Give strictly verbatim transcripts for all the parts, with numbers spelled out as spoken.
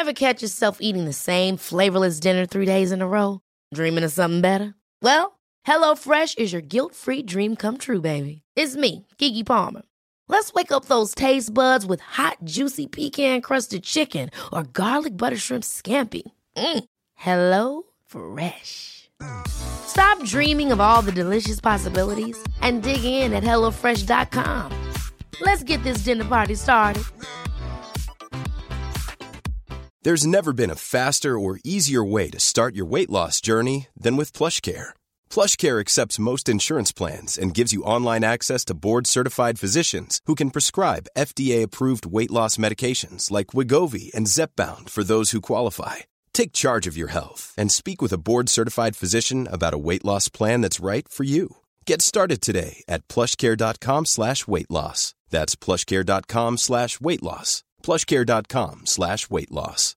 Ever catch yourself eating the same flavorless dinner three days in a row? Dreaming of something better? Well, HelloFresh is your guilt-free dream come true, baby. It's me, Keke Palmer. Let's wake up those taste buds with hot, juicy pecan-crusted chicken or garlic butter shrimp scampi. Mm. Hello Fresh. Stop dreaming of all the delicious possibilities and dig in at hello fresh dot com. Let's get this dinner party started. There's never been a faster or easier way to start your weight loss journey than with PlushCare. PlushCare accepts most insurance plans and gives you online access to board-certified physicians who can prescribe F D A-approved weight loss medications like Wegovy and Zepbound for those who qualify. Take charge of your health and speak with a board-certified physician about a weight loss plan that's right for you. Get started today at plushcare.com slash weight loss. That's plushcare.com slash weight loss. plushcare.com slash weight loss.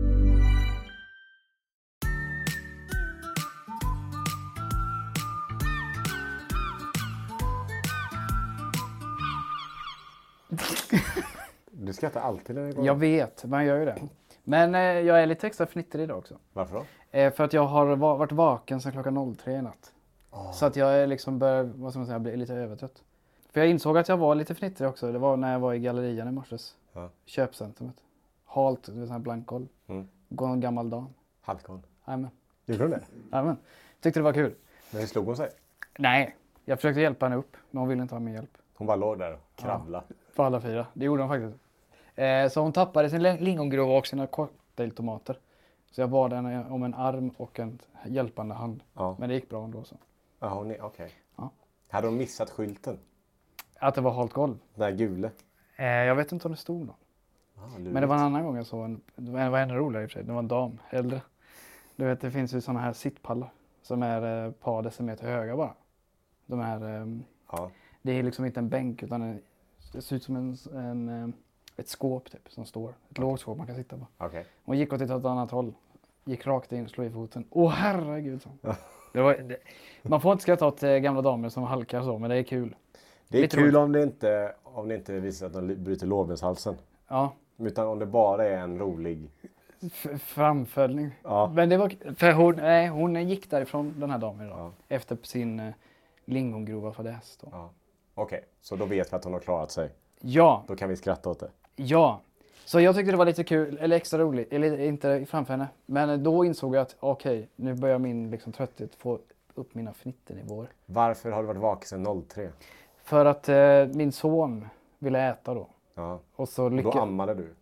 Du skrattar alltid när det går. Jag vet, man gör ju det. Men eh, jag är lite extra fnittrig idag också. Varför då? Eh, för att jag har va- varit vaken sedan klockan tre i natt. Oh. Så att jag är liksom bör, vad ska man säga, blir lite övertrött. För jag insåg att jag var lite fnittrig också. Det var när jag var i gallerian i morses. Ja. Köpcentrumet. Halt, det är sån här blankkoll. Mm. Gå en gammal dam. Halvkoll. Jajamän. Gjorde hon det? Jajamän. Tyckte det var kul. Men hur slog hon sig? Nej, jag försökte hjälpa henne upp. Men hon ville inte ha min hjälp. Hon bara låg där och kravla. Ja, på alla fyra. Det gjorde hon faktiskt. Eh, så hon tappade sin lingongrova och sina cocktailtomater. Så jag bad henne om en arm och en hjälpande hand. Ja. Men det gick bra ändå så. Ja, hon är okej. Okay. Ja. Hade de missat skylten? Att det var halt golv? Den där gule? Eh, jag vet inte om det stod någon. Ah, men det var en annan gång jag såg en, det var ännu roligare i och för sig. Det var en dam, äldre. Du vet, det finns ju såna här sittpallar som är eh, ett par decimeter höga bara. De här, eh, ja. Det är liksom inte en bänk utan en, det ser ut som en, en, ett skåp typ som står. Ett okay. lågt skåp man kan sitta på. Okay. Hon gick åt ett annat håll. Gick rakt in, slog i foten. Åh herregud. Så. Det var, det, man får inte skratta åt gamla damer som halkar så, men det är kul. Det är Lite kul roligt. om det inte om det inte visar att de bryter lårbenshalsen. Ja. Utan om det bara är en rolig F- framföljning. Ja. Men det var för hon, nej, hon gick därifrån den här damen idag. Ja. Efter sin eh, lingongrova fadäs då. Ja. Okej, okay. Så då vet vi att hon har klarat sig. Ja. Då kan vi skratta åt det. Ja. Så jag tyckte det var lite kul, eller extra roligt, eller inte framför henne. Men då insåg jag att okej, okay, nu börjar min liksom, trötthet få upp mina fnitternivåer. Varför har du varit vaken sedan tre? För att eh, min son ville äta då. Ja. Och så lyck... och då ammade du?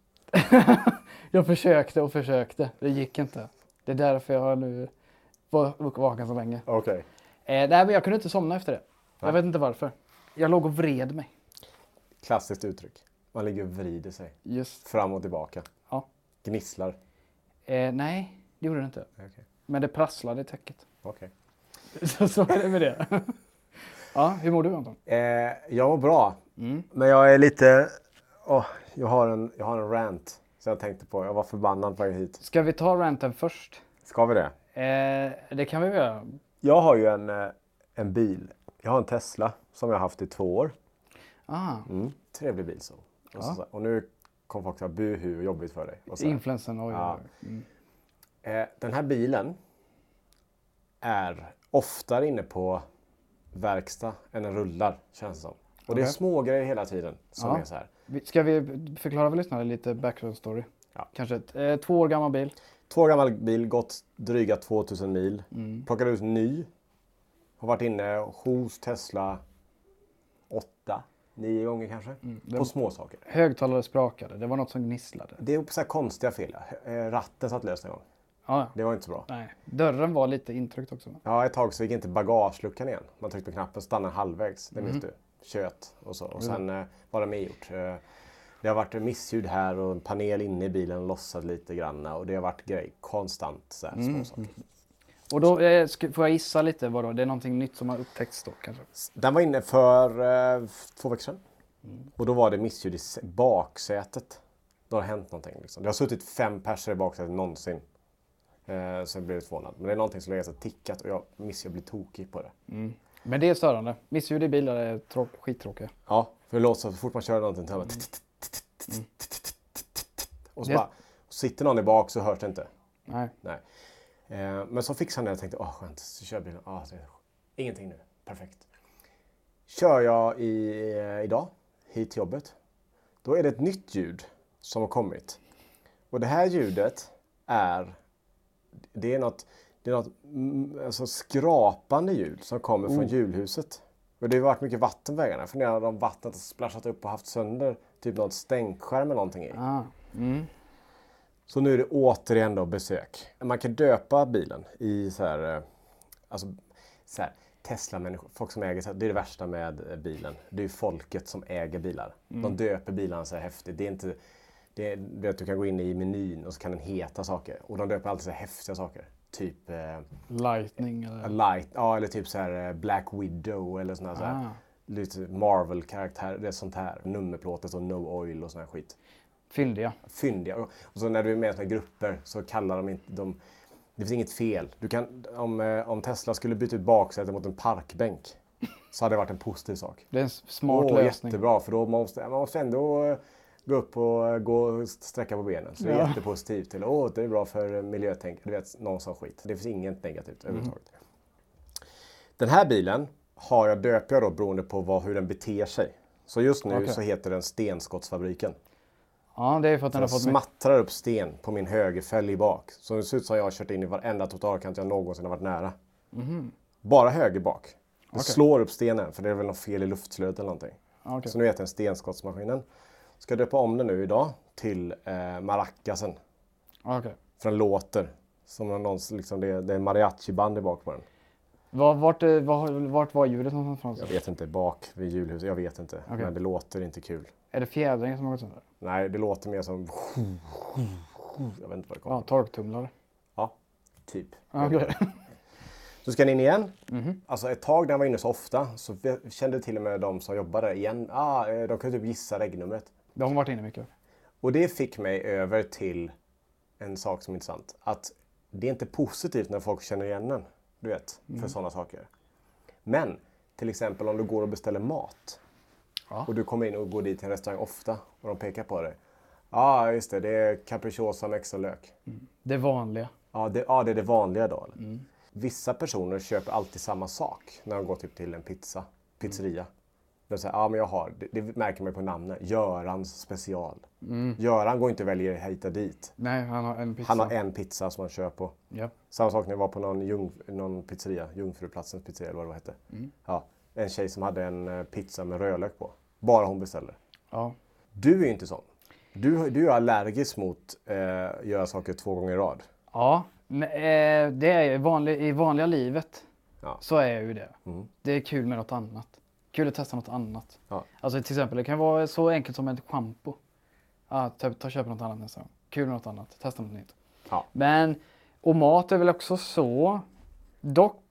Jag försökte och försökte. Det gick inte. Det är därför jag har nu varit vaken så länge. Okej. Okay. Eh, nej, men jag kunde inte somna efter det. Nej. Jag vet inte varför. Jag låg och vred mig. Klassiskt uttryck. Man ligger och vrider sig. Just. Fram och tillbaka. Ja. Gnisslar. Eh, nej, det gjorde det inte. Okay. Men det prasslade i täcket. Okej. Okay. så, så är det med det. Ja, hur mår du, Anton? Eh, jag mår bra. Mm. Men jag är lite... Oh, jag, har en, jag har en rant. Så jag tänkte på. Jag var förbannad på hit. Ska vi ta ranten först? Ska vi det? Eh, det kan vi göra. Jag har ju en, en bil. Jag har en Tesla som jag har haft i två år. Ah. Mm. Trevlig bil så. Och, ja. så, och nu kommer folk säga buhu och jobbigt för dig. Influensen, oj. Ja. Mm. Eh, den här bilen är oftare inne på verkstad än den rullar, känns det som. Och okay. Det är små grejer hela tiden som ja. är så här. Ska vi förklara för lyssnarna lite background story? Ja. Kanske ett, eh, två år gammal bil. Två år gammal bil, gått dryga tvåtusen mil. Mm. Plockade ut ny. Har varit inne hos Tesla åtta, nio gånger kanske. Mm. På små saker. Högtalare sprakade, det var något som gnisslade. Det är så här konstiga fel. Ratten satt löst en gång. Ja. Det var inte så bra. Nej. Dörren var lite intryckt också. Ja, ett tag så gick inte bagageluckan igen. Man tryckte på knappen och stannade halvvägs. Det minns mm. du. Kött och så. Och sen mm. var det medgjort. Det har varit missljud här och en panel inne i bilen och lossat lite grann. Och det har varit grej konstant så här, mm. små saker. Och då eh, får jag gissa lite vad då? Det är någonting nytt som har upptäckts då kanske? Den var inne för eh, två veckor sedan. Mm. Och då var det missljud i baksätet. Då har det hänt någonting. Liksom. Det har suttit fem personer i baksätet någonsin. Eh, så jag blev förvånad. Men det är någonting som har tickat och jag missljud blir tokig på det. Mm. Men det är störande. Missljud i bilar är trå- skittråkiga. Ja, för det låter så fort man kör någonting. Så mm. Och så, bara, Sitter någon i bak så hörs det inte. Nej. Nej. Eh, men så fixade han det och jag tänkte, åh skönt, så kör bilen. Ah, det är ingenting nu, perfekt. Kör jag i, eh, idag hit till jobbet. Då är det ett nytt ljud som har kommit. Och det här ljudet är, det är något, det är något mm, alltså skrapande ljud som kommer oh. från hjulhuset. Och det har varit mycket vatten på vägarna. För när de vattnet har splashat upp och haft sönder typ något stänkskärm eller någonting i. Ah. Mm. Så nu är det återigen då besök. Man kan döpa bilen i så här, alltså så här, Tesla-människor, folk som äger, det är det värsta med bilen. Det är folket som äger bilar. Mm. De döper bilarna så här häftigt. Det är inte, det är, det är att du kan gå in i menyn och så kan den heta saker. Och de döper alltid så här häftiga saker. Typ eh, Lightning eller? Light, ja, eller typ så här Black Widow eller såna ah. så här, lite Marvel-karaktär, det är sånt här. Nummerplåtet och No Oil och sån här skit. Fyndiga. Fyndiga. Och så när du är med i såna grupper så kallar de inte de, det finns inget fel. Du kan, om, om Tesla skulle byta ut baksätet mot en parkbänk så hade det varit en positiv sak. Det är en smart Åh, lösning. Jättebra, för då måste man måste ändå gå upp och gå och sträcka på benen. Så det är ja. jättepositivt. Till, åh, det är bra för miljötänk. Du vet, någon sån skit. Det finns inget negativt mm. överhuvudtaget. Den här bilen har jag döpt jag då beroende på vad, hur den beter sig. Så just nu okay. så heter den Stenskottsfabriken. Ja, det är för att den för har fått... smattrar upp sten på min högerfälg i bak. Så det ser ut som jag har kört in i varenda totalkant jag någonsin har varit nära. Mm. Bara höger bak. Det okay. slår upp stenen, för det är väl något fel i luftflödet eller någonting. Okay. Så nu heter den Stenskottsmaskinen. Ska döpa om den nu idag till eh, Maracasen. Okay. För den låter som någon, liksom det, det är en mariachi-band i bak på den. Var, vart, vart, vart var ljudet någonstans? Jag vet inte, bak vid julhuset. Jag vet inte, okay. men det låter inte kul. Är det fjädringen som har gått sönder? Nej, det låter mer som... Jag vet inte vad det kommer. Ja, torktumlare. Ja, typ. Okay. Så ska ni in igen. Mm-hmm. Alltså ett tag när jag var inne så ofta så kände till och med de som jobbade igen. Ah, de kunde typ gissa regnumret. De har varit inne mycket. Och det fick mig över till en sak som är intressant. Att det är inte positivt när folk känner igen en. Du vet, för mm. sådana saker. Men till exempel om du går och beställer mat. Ja. Och du kommer in och går dit till en restaurang ofta. Och de pekar på dig. Ja, ah, just det. Det är capricciosa med extra lök. Mm. Det vanliga. Ja, det, ah, det är det vanliga då. Mm. Vissa personer köper alltid samma sak när de går typ till en pizza, pizzeria. Mm. De säger, ja ah, men jag har, det, det märker man på namnet, Görans special. Mm. Göran går inte och väljer hit och dit. Nej, han har en pizza. Han har en pizza som han kör på. Ja. Samma sak när jag var på någon, jung, någon pizzeria, Jungfruplatsens pizzeria eller vad det hette. Mm. Ja, en tjej som hade en pizza med rödlök på. Bara hon beställer. Ja. Du är inte sån. Du, du är allergisk mot eh, göra saker två gånger i rad. Ja, men, eh, det är vanlig, i vanliga livet ja. Så är jag ju det. Mm. Det är kul med något annat. Kul att testa något annat. Ja. Alltså till exempel, det kan vara så enkelt som ett shampoo. Ja, ta, ta och köpa något annat nästa gång. Kul med något annat. Testa något nytt. Ja. Men, och mat är väl också så. Dock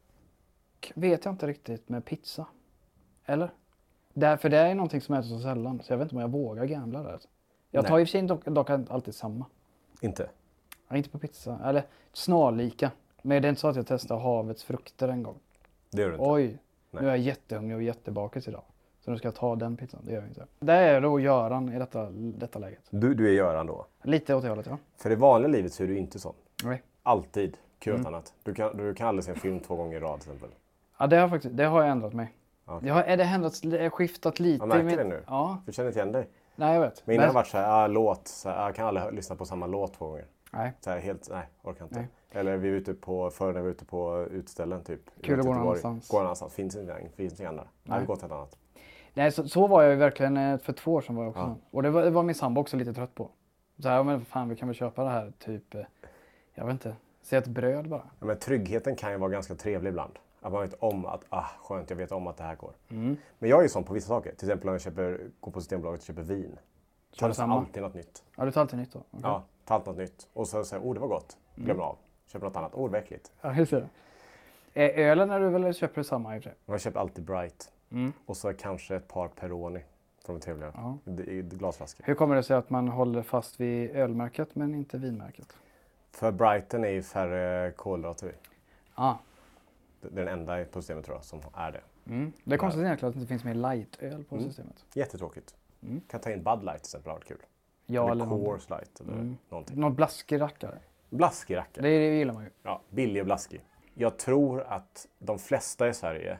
vet jag inte riktigt med pizza. Eller? Därför det är någonting som äter så sällan. Så jag vet inte om jag vågar gambla där. Jag tar i och för sig dock, dock alltid samma. Inte? Ja, inte på pizza. Eller snarlika. Men det är inte så att jag testar havets frukter en gång. Det gör du inte? Oj, nej. Nu är jag jättehungrig och jättebakis idag. Så nu ska jag ta den pizzan. Det gör jag inte. Det är då Göran i detta, detta läget. Du, du är Göran då? Lite åt det hållet, ja. För i vanliga livet så är du inte sån. Nej. Alltid. Kul mm. annat. Du kan, du kan aldrig se en film två gånger i rad till exempel. Ja, det har, faktiskt, det har jag ändrat mig. Okay. Jag har, är det ändrats, skiftat lite. Jag märker min... det nu. Ja. Du känner inte igen dig. Nej, jag vet. Men innan har varit så här, ah, låt. Så här, ah, jag kan aldrig lyssna på samma låt två gånger. Nej. Så här, helt, nej, orkar inte. Nej. Eller vi är ute på, förr när vi var ute på utställen typ. Kul att gå någonstans. Gå någonstans. Finns inte, finns inte andra. Nej, vi går till ett annat. Nej, så, så var jag ju verkligen för två år sedan var jag också. Ja. Och det var, det var min sambo också lite trött på. Så här, men fan vi kan väl köpa det här typ, jag vet inte, se ett bröd bara. Ja, men tryggheten kan ju vara ganska trevlig ibland. Att man vet om att, ah skönt, jag vet om att det här går. Mm. Men jag är ju sån på vissa saker. Till exempel om jag köper, går på Systembolaget och köper vin. Tar du samma? Alltid något nytt. Ja, du tar alltid nytt då? Okay. Ja, tar alltid något nytt. Och så säger oh det var gott. Glömmer mm. av. Köper något annat. Oh, det var äckligt. Ja, just det. Är ölen när du väl köper samma i och för sig? Jag köper alltid Bright. Mm. Och så kanske ett par Peroni. Från de trevliga. Ja. I, i glasflaskor. Hur kommer det sig att man håller fast vid ölmärket men inte vinmärket? För Brighton är ju färre kolhydrater i. Ah. Det är den enda på systemet tror jag som är det. Mm. Det är konstigt egentligen att det inte finns mer lightöl på mm. systemet. Jättetråkigt. Mm. Kan ta in Bud Light till exempel, det har varit kul. Ja, eller, eller Coors Light eller mm. någonting. Någon blaskig rackare. Blaskig rackare. Det, det gillar man ju. Ja, billig och blaskig. Jag tror att de flesta i Sverige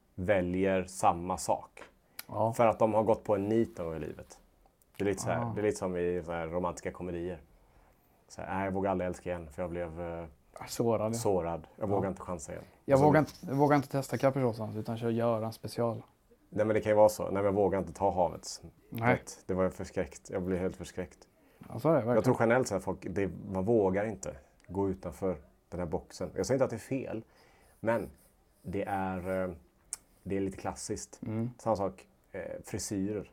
väljer samma sak. Ja. För att de har gått på en nit någon gång i livet. Det är lite, så här, det är lite som i så här romantiska komedier. Så här, nej, jag vågar aldrig älska igen för jag blev eh, sårad. sårad. Jag vågar ja. inte chansa igen. Jag vågar inte, jag vågar inte testa Capricciosa utan kör göra en special. Nej, men det kan ju vara så. Nej, men jag vågar inte ta havets. Nej. Det var förskräckt. Jag blev helt förskräckt. Ja, så är det, verkligen. Jag tror generellt så här, folk, det, man vågar inte gå utanför den här boxen. Jag säger inte att det är fel, men det är, det är lite klassiskt. Mm. Samma sak, eh, frisyrer.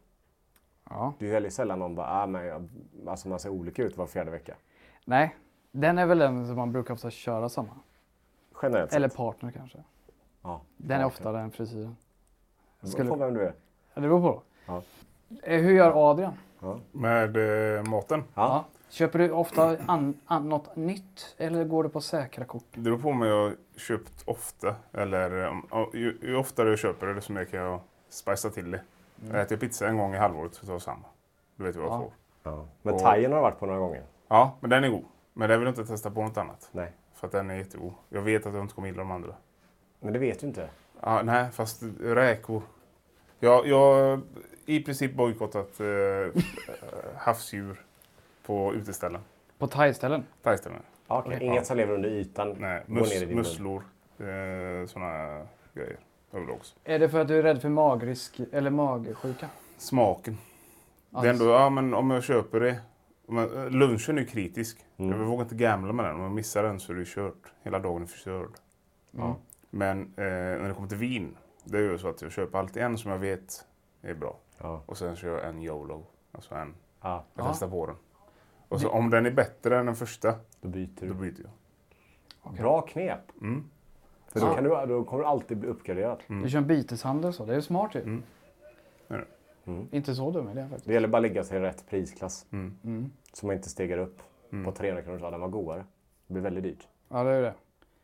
Ja. Det är väldigt sällan någon bara, ah, men jag, alltså man ser olika ut var fjärde vecka. Nej, den är väl den som man brukar ofta köra samma. Generellt Eller sett. partner kanske. Ja, den är ofta den frisyren. Det beror på vem du är. Ja, det beror på. Ja. Hur gör Adrian? Ja. Med eh, maten? Ja. Ja. Köper du ofta an, an, något nytt eller går du på säkra kort? Det beror på om jag har köpt ofta. Eller um, ju, ju oftare jag köper det, desto mer kan jag spicea till det. Mm. Jag äter pizza en gång i halvåret så tar jag samma. Du vet vad jag ja. får. Ja. Men och, thaien har varit på några gånger. Ja, men den är god. Men den vill jag inte testa på något annat. Nej. För att den är jättegod. Jag vet att jag inte kommer gilla de andra. Men det vet du inte. Ja, nej, fast räkor. Jag har i princip bojkottat eh, havsdjur på uteställen. På thai-ställen? Thai-ställen. Ja, okay. Inget som lever under ytan? Nej, mus, musslor, eh, sådana grejer. Överlags. Är det för att du är rädd för magrisk eller magsjuka? Smaken. Alltså. Det är ändå, ja, men om jag köper det. Man, lunchen är ju kritisk. Mm. Jag vågar inte gamla med den. Om jag missar den så är det kört. Hela dagen är förstörd. Mm. Men eh, när det kommer till vin. Det är ju så att jag köper alltid en som jag vet är bra. Ja. Och sen kör jag en YOLO. Alltså en. Ja. Jag testar ja. på den. Och så om den är bättre än den första. Då byter du. Då byter jag. Okay. Bra knep. Mm. För då, ja. kan du, då kommer du alltid bli uppgraderad. Mm. Du kör en byteshandel så. Det är ju smart ju. Mm. Mm. Mm. Inte så dum är det faktiskt. Det gäller bara att ligga sig i rätt prisklass. Mm. Mm. Så man inte stegar upp mm. på trehundra kronor. Så den var godare. Det blir väldigt dyrt. Ja, det är det.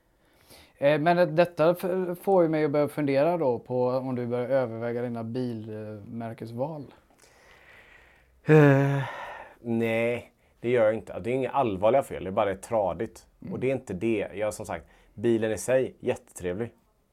Men detta får ju mig att börja fundera då på om du börjar överväga dina bilmärkesval. Uh, nej, det gör jag inte. Det är inga allvarliga fel, det är bara tradigt. Mm. Och det är inte det. Jag som sagt, bilen i sig, jättetrevlig.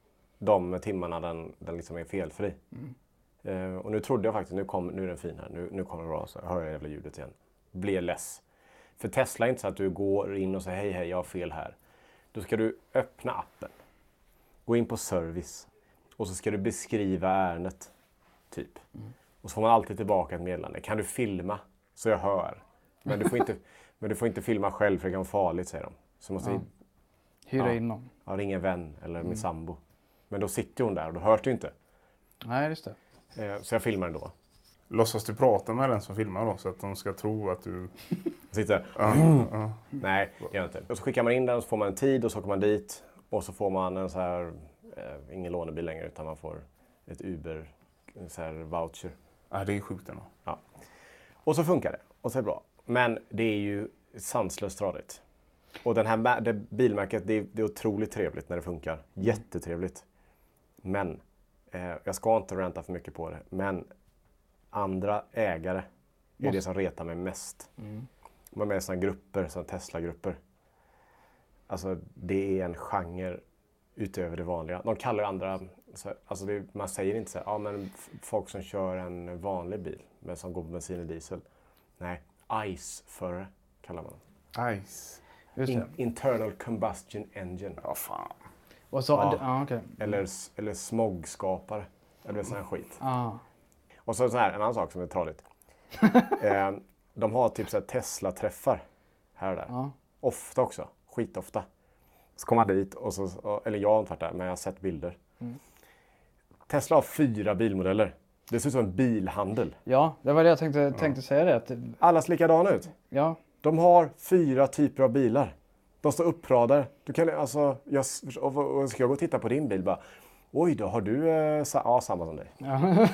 De timmarna den, den liksom är felfri. Mm. Uh, och nu trodde jag faktiskt, nu, kom, nu är den fin här, nu, nu kommer den bra, så hör jag jävla ljudet igen. Blir less. För Tesla är inte så att du går in och säger hej hej, jag har fel här. Då ska du öppna appen, gå in på service och så ska du beskriva ärendet, typ. Mm. Och så får man alltid tillbaka ett meddelande. Kan du filma så jag hör? Men du får inte, men du får inte filma själv för det kan vara farligt, säger de. Så måste ja. jag, hyra ja, in någon. Ja, ringa en vän eller mm. min sambo. Men då sitter hon där och då hörs du inte. Nej, just det. Så jag filmar ändå. Låtsas du prata med den som filmar då så att de ska tro att du... sitter mm. uh. Nej, det gör inte. Och så skickar man in den och så får man en tid och så åker man dit. Och så får man en så här, eh, ingen lånebil längre utan man får ett Uber, en så här voucher. Ja, det är sjukt ändå. Ja. Och så funkar det. Och så är det bra. Men det är ju sanslöst tradigt. Och den här det bilmärket, det är, det är otroligt trevligt när det funkar. Jättetrevligt. Men, eh, jag ska inte ränta för mycket på det. Men andra ägare är Måste. det som retar mig mest. Mm. Man är med i sådana grupper, sådana Tesla-grupper. Alltså det är en genre utöver det vanliga. De kallar andra, alltså det, man säger inte så här, ja men folk som kör en vanlig bil, men som går på bensin och diesel. Nej, I C E-förare kallar man dem. I C E. In, internal Combustion Engine. Ja, fan. Och så, ja. Ah, okay. Eller, eller smogskapare. Eller sån här skit. Ah. Och så, så här, en annan sak som är tradigt. eh, de har typ så här Tesla-träffar här och där. Ah. Ofta också. Skitofta. Så kommer man dit, och så, eller jag har inte varit där, men jag har sett bilder. Mm. Tesla har fyra bilmodeller. Det ser ut som en bilhandel. Ja, det var det jag tänkte, ja. tänkte säga det. Att... Alla ser likadana ut. Ja. De har fyra typer av bilar. De står uppradade. Du kan, alltså, jag, och, och ska jag gå och titta på din bil bara, oj då, har du eh, sa, ja, samma som dig. Ja.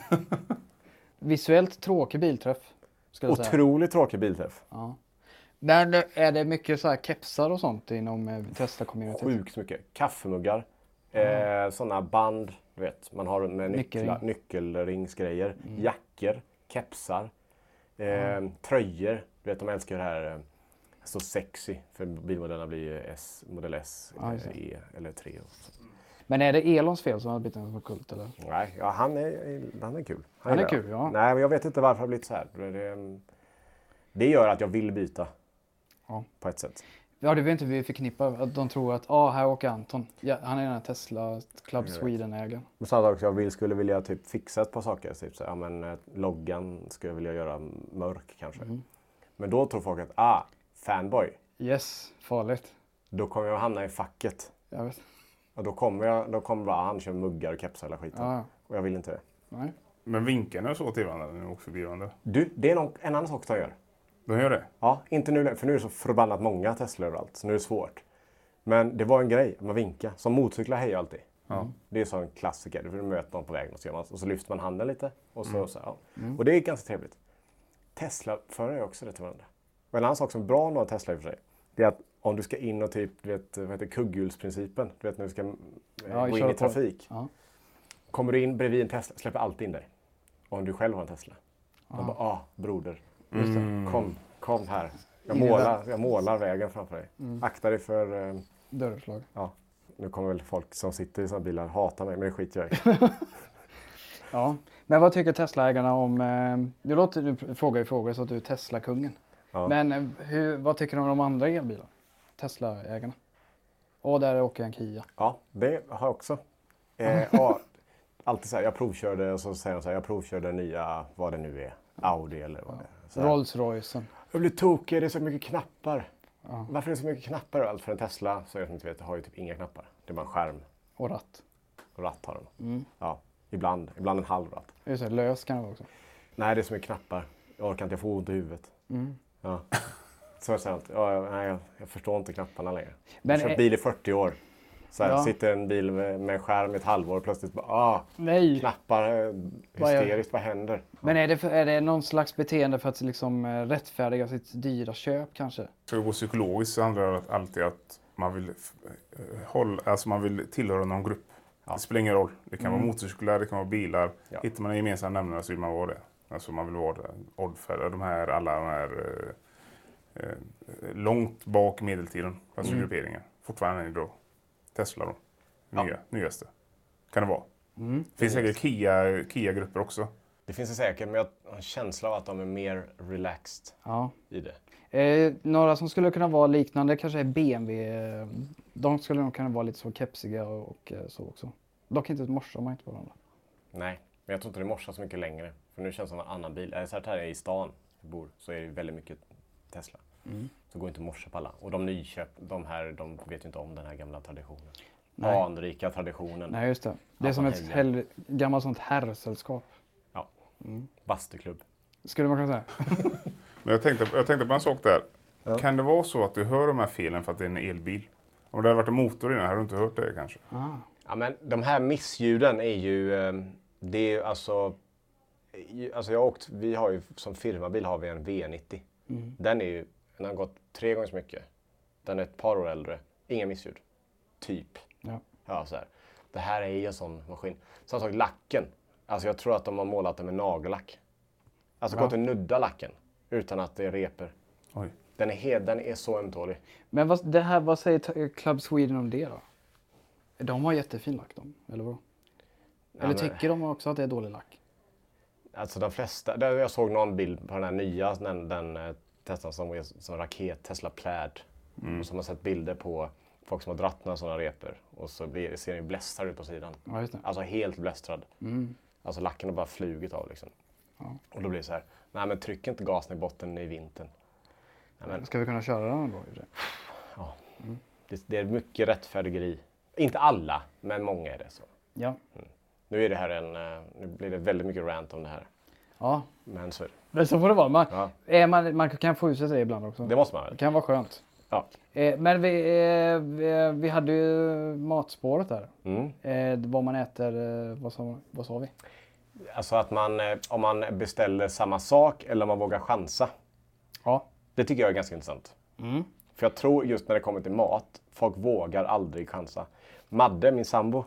Visuellt tråkig bilträff. Otroligt tråkig bilträff. Ja. Men är det mycket så här kepsar och sånt inom Tesla-communityt? Sjukt mycket. Kaffemuggar. Mm. Eh, sådana band, du vet. Man har med nycklar, nyckelringsgrejer. Mm. Jackor, kepsar. Eh, mm. Tröjor, du vet de älskar det här eh, så sexy. För bilmodellerna blir S, modell S, ja, E eller tre. Och så. Men är det Elons fel som har blivit en så kult eller? Nej, ja, han, är, han är kul. Han, han är kul, ja. Nej, men jag vet inte varför det har blivit så här. Det, det gör att jag vill byta. Ja. På ett sätt. Ja, det vet inte vi förknippar. Att de tror att ah, här åker Anton. Ja, han är den här Tesla Club Sweden-ägaren. Men samtidigt också, jag vill, skulle vilja typ fixa ett par saker. Typ så, ja, men, loggan skulle jag vilja göra mörk kanske. Mm. Men då tror folk att, ah, fanboy. Yes, farligt. Då kommer jag hamna i facket. Jag vet. Och då kommer jag, då kommer bara, ah, han kör muggar och kepsar eller skiten. Ja. Och jag vill inte det. Nej. Men vinkarna är så till varandra, den är också förbi. Du, det är nog en annan sak de gör. De gör det? Ja, inte nu, för nu är det så förbannat många Tesla överallt, så nu är det svårt. Men det var en grej, man vinkar. Som motorcyklar hejar alltid. Mm. Det är så en klassiker, du möter någon på vägen och så, man, och så lyfter man handen lite. Och, så, mm. så, ja. mm. och det är ganska trevligt. Tesla-förare är också det till varandra. Och en annan sak som är bra med Tesla i och för sig, det är att om du ska in och typ, du vet, vad heter kugghjulsprincipen, du vet när du ska ja, gå in i trafik. Ja. Kommer du in bredvid en Tesla, släpper alltid in dig. Om du själv har en Tesla. Ja. De bara, ah, broder, just det. Mm. kom, kom här. Jag målar, jag målar vägen framför dig. Mm. Akta dig för... Eh, dörrslag. Ja, nu kommer väl folk som sitter i sådana bilar hata mig, men det skiter jag i. Ja, men vad tycker Tesla-ägarna om... Eh, du låter du fråga i frågor så att du är Tesla-kungen. Ja. Men eh, hur, vad tycker de om de andra elbilarna? Tesla-ägarna? Och där åker en Kia. Ja, det har jag också. Eh, ja, alltid så här, jag provkörde och så säger de så här, jag provkörde nya, vad det nu är, Audi eller vad det är. Rolls-Roycen. Jag blir tokig, det är så mycket knappar. Ja. Varför är det så mycket knappar överallt? För en Tesla, så jag som inte vet, har ju typ inga knappar. Det är bara en skärm. Och ratt. Och ratt har den. Mm. Ja, ibland. Ibland en halv ratt. Just det, lös kan det vara också. Nej, det är så mycket knappar. Jag orkar inte, jag får ont i huvudet. Mm. Ja. Så jag säger alltid, ja, nej, jag, jag förstår inte knapparna längre. Men jag har kört bil i fyrtio år. Så här, ja. Sitter en bil med, med en skärm i ett halvår och plötsligt bara, ah, nej. Knappar, hysteriskt, vad händer? Men är det, för, är det någon slags beteende för att liksom rättfärdiga sitt dyra köp kanske? För att gå psykologiskt så handlar det alltid att man vill, hålla, alltså man vill tillhöra någon grupp. Ja. Det spelar ingen roll. Det kan mm. vara motorcyklar, det kan vara bilar. Ja. Hittar man en gemensam nämnare så vill man vara det. Alltså man vill vara det. Oddfärd, de här, alla de här eh, eh, långt bak medeltiden. Alltså mm. grupperingar. Fortfarande är då Tesla då. Nya, ja. Nyaste. Kan det vara. Mm. Det finns säkert Kia, Kia-grupper också. Det finns det säkert, men jag har en känsla av att de är mer relaxed ja. i det. Eh, några som skulle kunna vara liknande kanske är B M W. De skulle nog kunna vara lite så kepsiga och, och så också. Dock inte morsar man inte på varandra. Nej, men jag tror inte det morsar så mycket längre. För nu känns det som en annan bil. Är det så här, här är i stan vi bor så är det väldigt mycket Tesla. Mm. Så går inte morsa på alla. Och de nyköp, de här, de vet ju inte om den här gamla traditionen. Nej. Anrika traditionen. Nej, just det. Det är som ett hell, gammalt sånt herrsällskap. Ja, mm. Bastuklubb. Skulle man kunna säga. Men jag tänkte, jag tänkte på en sak där. Ja. Kan det vara så att du hör de här felen för att det är en elbil? Om det hade varit en motor i den, hade du inte hört det kanske? Ah. Ja, men de här missljuden är ju, det är ju alltså, alltså jag har åkt, vi har ju som firmabil har vi en V nittio. Mm. Den är ju, den har gått tre gånger så mycket. Den är ett par år äldre. Inga missljud. Typ. Ja. Ja, så här. Det här är ju en sån maskin. Samma sak lacken. Alltså jag tror att de har målat den med nagellack. Alltså ja. Gått och nudda lacken. Utan att det är reper. Oj. Den är, helt, den är så ömtålig. Men vad, det här, vad säger Club Sweden om det då? De har jättefin lack de, eller vad? Eller ja, men... tycker de också att det är dålig lack? Alltså de flesta, jag såg någon bild på den här nya, den, den Tesla som är som raket, Tesla Plaid. Mm. Och så har man sett bilder på folk som har dratt några sådana repor. Och så blir, ser den ju blästrad ut på sidan. Ja, just det. Alltså helt blästrad. Mm. Alltså lacken har bara flugit av liksom. Ja. Och då blir det så här, nej men tryck inte gasen i botten i vintern. Nej, men... Ska vi kunna köra den då? Ja, mm. det, det är mycket rättfärdigeri. Inte alla, men många är det så. Ja. Mm. Nu är det här en, nu blir det väldigt mycket rant om det här. Ja. Men så är det. Men så får det vara. Man, ja. är man, man kan få ut sig det ibland också. Det måste man väl. Det kan vara skönt. Ja. Eh, men vi, eh, vi, vi hade ju matspåret där. Mm. Eh, vad man äter, eh, vad, sa, vad sa vi? Alltså att man, eh, om man beställer samma sak eller om man vågar chansa. Ja. Det tycker jag är ganska intressant. Mm. För jag tror just när det kommer till mat, folk vågar aldrig chansa. Madde, min sambo,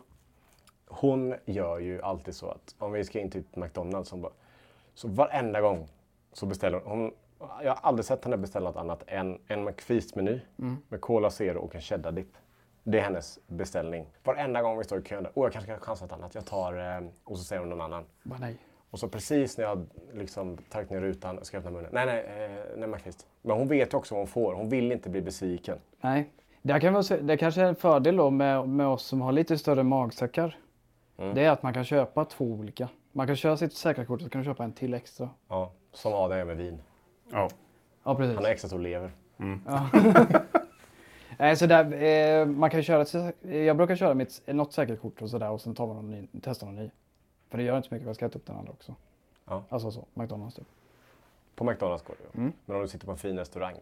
hon gör ju alltid så att om vi ska in till McDonalds, så, bara, så varenda gång så beställer hon, jag har aldrig sett henne beställa något annat än en McFeast-meny mm. med Cola Zero och en cheddar-dipp. Det är hennes beställning. Varenda gång vi står i kön där, åh jag kanske kan chansa något annat, jag tar, eh, och så säger hon någon annan. Bara nej. Och så precis när jag liksom tagit ner rutan ska öppna munnen, nej nej, eh, nej McFeast. Men hon vet ju också vad hon får, hon vill inte bli besviken. Nej, det, kan vara, det kanske är en fördel då med, med oss som har lite större magsäckar. Mm. Det är att man kan köpa två olika. Man kan köra sitt säkerhetskort och så kan du köpa en till extra. Ja, som Adam är med vin. Ja. Ja, precis. Han har extra stor lever. Mm. Ja. Nej, så där, eh, man kan köra, jag brukar köra mitt, något säkerhetskort och sådär och sen tar man någon ny, testar någon ny. För det gör inte så mycket, jag ska äta upp den andra också. Ja. Alltså så, McDonalds typ. På McDonalds går det ju. Mm. Men om du sitter på en fin restaurang?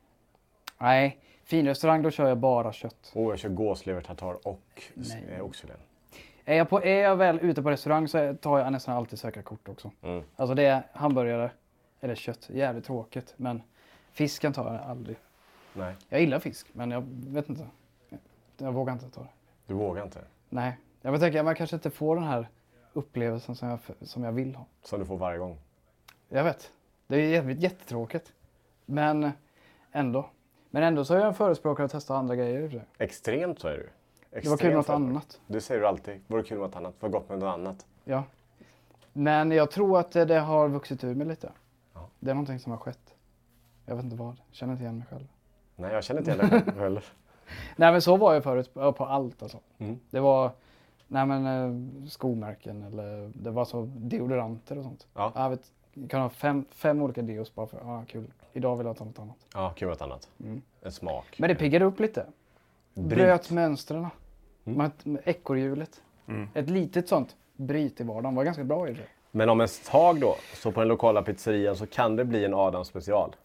Nej, fin restaurang då kör jag bara kött. Åh, oh, jag kör gåslever, tartar och eh, oxfilén. Är jag, på, är jag väl ute på restaurang så tar jag nästan alltid säkerhetskort också. Mm. Alltså det är hamburgare eller kött, jävligt tråkigt. Men fisken tar jag aldrig. Nej. Jag gillar fisk, men jag vet inte. Jag vågar inte ta det. Du vågar inte? Nej. Jag tänker att man kanske inte får den här upplevelsen som jag, som jag vill ha. Som du får varje gång? Jag vet. Det är jävligt jättetråkigt. Men ändå. Men ändå så är jag en förespråkare att testa andra grejer. För det. Extremt så är du. Extremt det var kul med något annat. Det säger du alltid. Var det kul med något annat? Var gott med något annat? Ja. Men jag tror att det har vuxit ur mig lite. Ja. Det är någonting som har skett. Jag vet inte vad. Jag känner inte igen mig själv. Nej, jag känner inte igen dig själv heller. Nej, men så var jag förut på allt alltså. Mm. Det var nej, men, skomärken eller det var så deodoranter och sånt. Ja. Jag vet, jag kan ha fem, fem olika deos bara för, ja ah, kul. Idag vill jag ta något annat. Ja, kul med något annat. Mm. En smak. Men det piggade upp lite. Bryt. Bröt mönstren. Mm. Ekorrhjulet. Mm. Ett litet sånt bryt i vardagen var ganska bra i det. Men om en tag då, så på den lokala pizzerian så kan det bli en Adam special.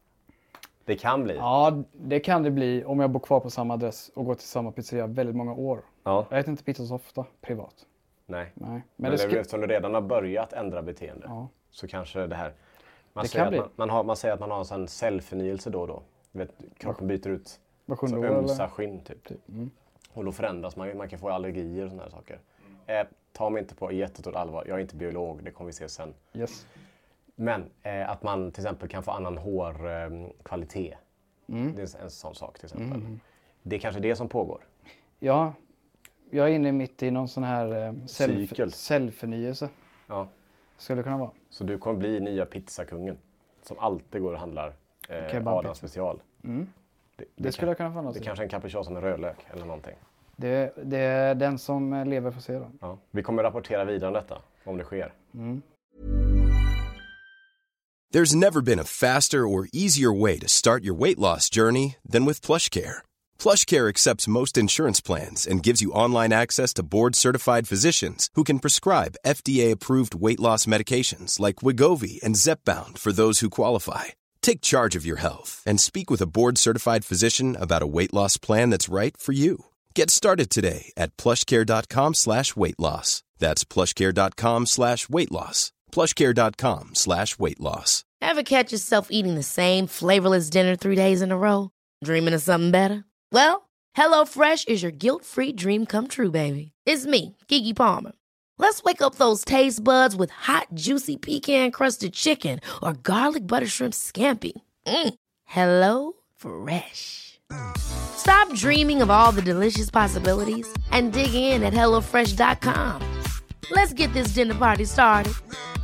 Det kan bli. Ja, det kan det bli om jag bor kvar på samma adress och går till samma pizzeria väldigt många år. Ja. Jag äter inte pizza så ofta, privat. Nej. Nej. Men, Men det sk- sk- eftersom du redan har börjat ändra beteende ja. Så kanske det här... Man, det säger att man, man, har, man säger att man har en sån cellförnyelse då och då. Du vet, kroppen byter ut så ömsa skinn typ. typ. Mm. Och då förändras man, man kan få allergier och såna här saker. Eh, ta mig inte på jättestort allvar, jag är inte biolog, det kommer vi se sen. Yes. Men eh, att man till exempel kan få annan hårkvalitet. Eh, mm. Det är en sån sak till exempel. Mm. Det är kanske det som pågår. Ja, jag är inne mitt i någon sån här eh, cell, cellförnyelse. Ja. Skulle det kunna vara. Så du kommer bli nya pizzakungen. Som alltid går och handlar eh, Adam special. Mm. Det, det, det skulle jag kunna få något. Det är kanske en capricciosa med rödlök eller någonting. Det, det är den som lever för se då. Ja. Vi kommer rapportera vidare om detta, om det sker. Mm. There's never been a faster or easier way to start your weight loss journey than with PlushCare. PlushCare accepts most insurance plans and gives you online access to board-certified physicians who can prescribe F D A-approved weight loss medications like Wegovy and Zepbound for those who qualify. Take charge of your health and speak with a board-certified physician about a weight loss plan that's right for you. Get started today at plushcare.com slash weight loss. That's plushcare.com slash weight loss. plushcare.com slash weight loss. Ever catch yourself eating the same flavorless dinner three days in a row? Dreaming of something better? Well, HelloFresh is your guilt-free dream come true, baby. It's me, Keke Palmer. Let's wake up those taste buds with hot, juicy pecan-crusted chicken or garlic butter shrimp scampi. Mm. Hello Fresh. Stop dreaming of all the delicious possibilities and dig in at hello fresh dot com. Let's get this dinner party started.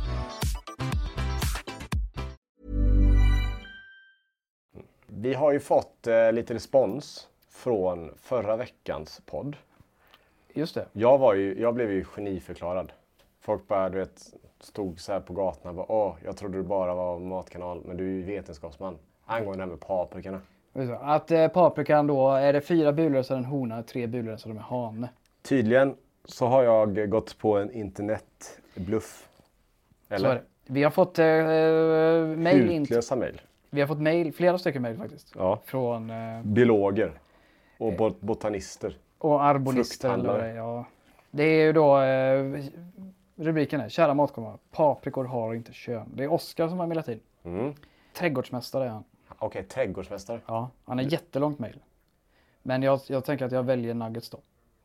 Vi har ju fått eh, lite respons från förra veckans podd. Just det. Jag, var ju, jag blev ju geniförklarad. Folk bara, du vet, stod så här på gatorna och bara, åh, jag trodde du bara var matkanal, men du är ju vetenskapsman. Angående det här med paprikorna. Att eh, paprikan då, är det fyra bulor så är det en hona, tre bulor så är det en hane. Tydligen så har jag gått på en internetbluff. Eller? Så är det. Vi har fått eh, mejl. Hutlösa mejl. Vi har fått mejl, flera stycken mejl faktiskt. Ja. Från eh, biologer och eh, botanister. Och arbonister. Eller, ja. Det är ju då eh, rubriken är, kära matkommare, paprikor har inte kön. Det är Oskar som har mejlat in. Mm. Trädgårdsmästare är han. Okej, okay, trädgårdsmästare. Ja, han är jättelångt mejl. Men jag, jag tänker att jag väljer nuggets då.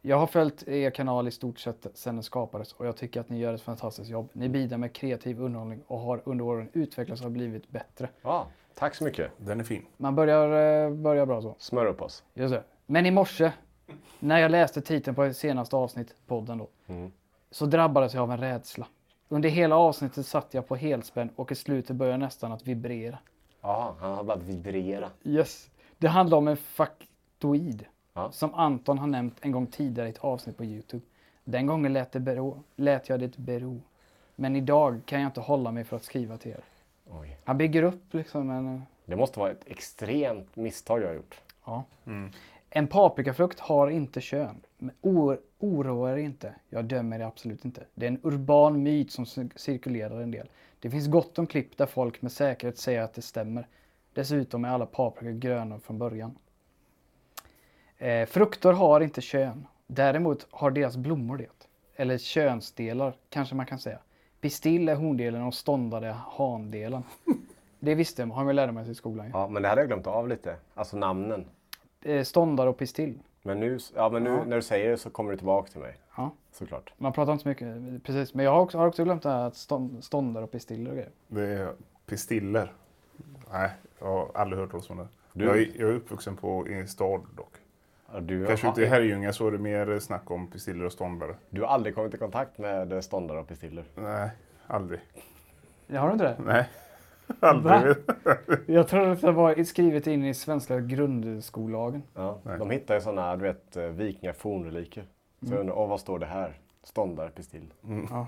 Jag har följt er kanal i stort sett sedan den skapades och jag tycker att ni gör ett fantastiskt jobb. Ni bidrar med kreativ underhållning och har under åren utvecklats och blivit bättre. Ja, tack så mycket. Den är fin. Man börjar, börjar bra så. Smör upp oss. Just det. Men i morse, när jag läste titeln på det senaste avsnitt, podden då, mm. så drabbades jag av en rädsla. Under hela avsnittet satt jag på helspänn och i slutet började nästan att vibrera. Ja, han har bara vibrera. Yes. Det handlar om en faktoid. Ja. Som Anton har nämnt en gång tidigare i ett avsnitt på YouTube. Den gången lät, det bero, lät jag det bero. Men idag kan jag inte hålla mig för att skriva till er. Oj. Han bygger upp liksom en... Det måste vara ett extremt misstag jag har gjort. Ja. Mm. En paprikafrukt har inte kön. Men or, oroa er inte. Jag dömer det absolut inte. Det är en urban myt som cirkulerar en del. Det finns gott om klipp där folk med säkerhet säger att det stämmer. Dessutom är alla paprikor gröna från början. Eh, frukter har inte kön. Däremot har deras blommor det. Eller könsdelar kanske man kan säga. Pistill är hondelen och ståndare handelen. Det visste man, har vi lärt mig i skolan. Ja. Ja, men det hade jag glömt av lite. Alltså namnen. Eh, ståndare och pistill. Men nu, ja, men nu ja. när du säger det så kommer du tillbaka till mig. Ja. Såklart. Man pratar inte så mycket, precis. Men jag har också, har också glömt det här att stånd, ståndare och pistiller och grejer. Det är pistiller. Nej, jag har aldrig hört talas om det. Du... Jag, är, jag är uppvuxen på, i en stad dock. Ja, du Kanske har... ute i Herrljunga så är det mer snack om pistiller och ståndare. Du har aldrig kommit i kontakt med ståndare och pistiller? Nej, aldrig. Jag har du inte det? Nej, aldrig. Jag tror att det var skrivet in i svenska grundskollagen. Ja, de hittar ju sådana, du vet, vikingafornreliker. Så mm. jag undrar, åh, vad står det här? Ståndare, pistill. Mm. Ja.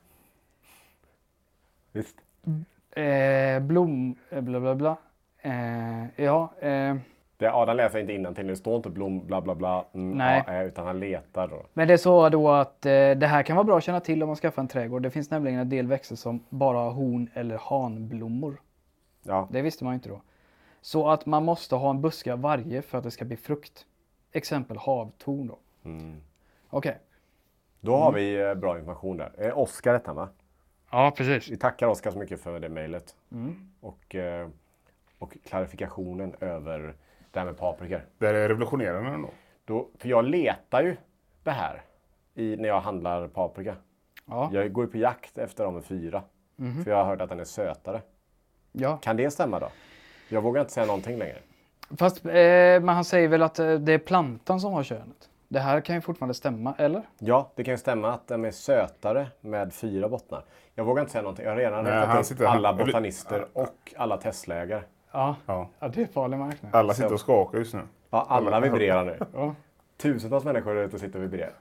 Visst. Eh, blom, bla bla bla. Eh, ja. Eh. Det, Adam läser inte innantill, det står inte blom, bla bla bla, mm, Nej. A, utan han letar då. Men det är så då att eh, det här kan vara bra att känna till om man skaffar en trädgård. Det finns nämligen en del växter som bara har horn eller hanblommor. Ja. Det visste man inte då. Så att man måste ha en buske av varje för att det ska bli frukt. Exempel havtorn då. Mm. Okej. Okay. Då har vi bra information där. Är Oskar detta, va? Ja, precis. Vi tackar Oskar så mycket för det mejlet. Mm. Och, och klarifikationen över det här med paprikor. Det är revolutionerande ändå. Då, för jag letar ju det här i, när jag handlar paprika. Ja. Jag går ju på jakt efter dem med fyra. Mm. För jag har hört att den är sötare. Ja. Kan det stämma då? Jag vågar inte säga någonting längre. Fast eh, men han säger väl att det är plantan som har könet. Det här kan ju fortfarande stämma, eller? Ja, det kan ju stämma att den är sötare med fyra bottnar. Jag vågar inte säga någonting. Jag har redan rättat upp alla han... botanister och alla Tesla-ägare. Ja. Ja. Ja, det är farlig marknad. Alla sitter och skakar just nu. Ja, alla, alla vibrerar nu. Ja. Tusentals människor är ute och sitter och vibrerar.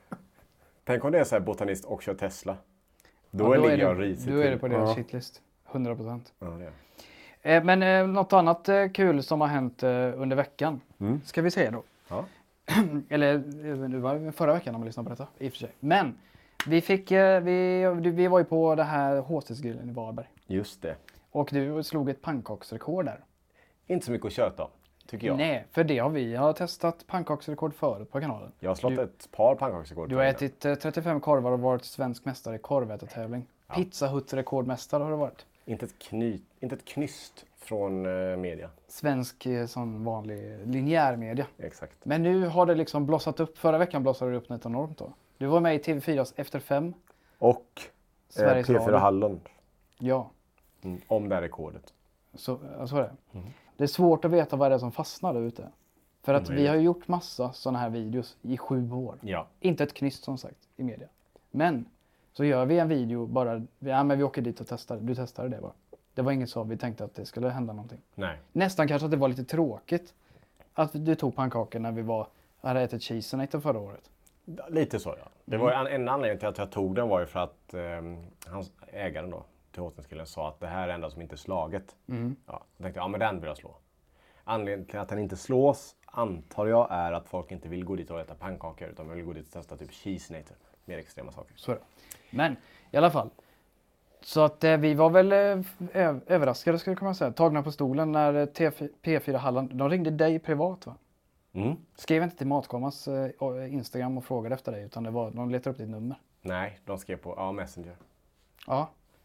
Tänk om det är så här botanist och kör Tesla. Då, ja, då ligger är jag risigt Då är det på deras ja. shitlist. hundra procent. Ja, det är. Eh, men eh, något annat eh, kul som har hänt eh, under veckan. Mm. Ska vi se då. Ja. Eller det var förra veckan om man lyssnade på detta. I och för sig. Men vi fick, eh, vi, vi var ju på det här H C-grillen i Varberg. Just det. Och du slog ett pannkaksrekord där. Inte så mycket att köta, tycker jag. Nej, för det har vi. Jag har testat pannkaksrekord förut på kanalen. Jag har slått du, ett par pannkaksrekord. Du har ätit eh, trettiofem korvar och varit svensk mästare i korvätartävling. Ja. Pizzahutt-rekordmästare har du varit. Inte ett, kny, inte ett knyst från eh, media. Svensk eh, sån vanlig linjär media. Exakt. Men nu har det liksom blossat upp. Förra veckan blossade det upp något enormt då. Du var med i T V fyras Efter fem. Och eh, P fyra Halland. Ja. Mm, om det här rekordet. Så, så är det. Mm. Det är svårt att veta vad det är som fastnar där ute. För att mm, vi har ju gjort massa sådana här videos i sju år. Ja. Inte ett knyst som sagt i media. Men så gör vi en video bara. Ja, men vi åker dit och testar. Du testade det bara. Det var inget så vi tänkte att det skulle hända någonting. Nej. Nästan kanske att det var lite tråkigt att du tog pannkakor när vi var, hade ätit cheesenator förra året. Lite så, ja. Det var en, en anledning till att jag tog den var ju för att eh, hans ägaren då till Håtenskillen sa att det här är det enda som inte är slaget. Mm. Ja, jag tänkte, ja men den vill jag slå. Anledningen till att den inte slås antar jag är att folk inte vill gå dit och äta pannkakor utan vill gå dit och testa typ cheesenator. Mer extrema saker. Så är det. Men i alla fall. Så att eh, vi var väl eh, överraskade skulle man säga. Tagna på stolen när P fyra Halland, de ringde dig privat va? Mm. Skrev inte till Matkommas eh, Instagram och frågade efter dig utan det var, de letade upp ditt nummer. Nej, de skrev på ja, Messenger. Ja.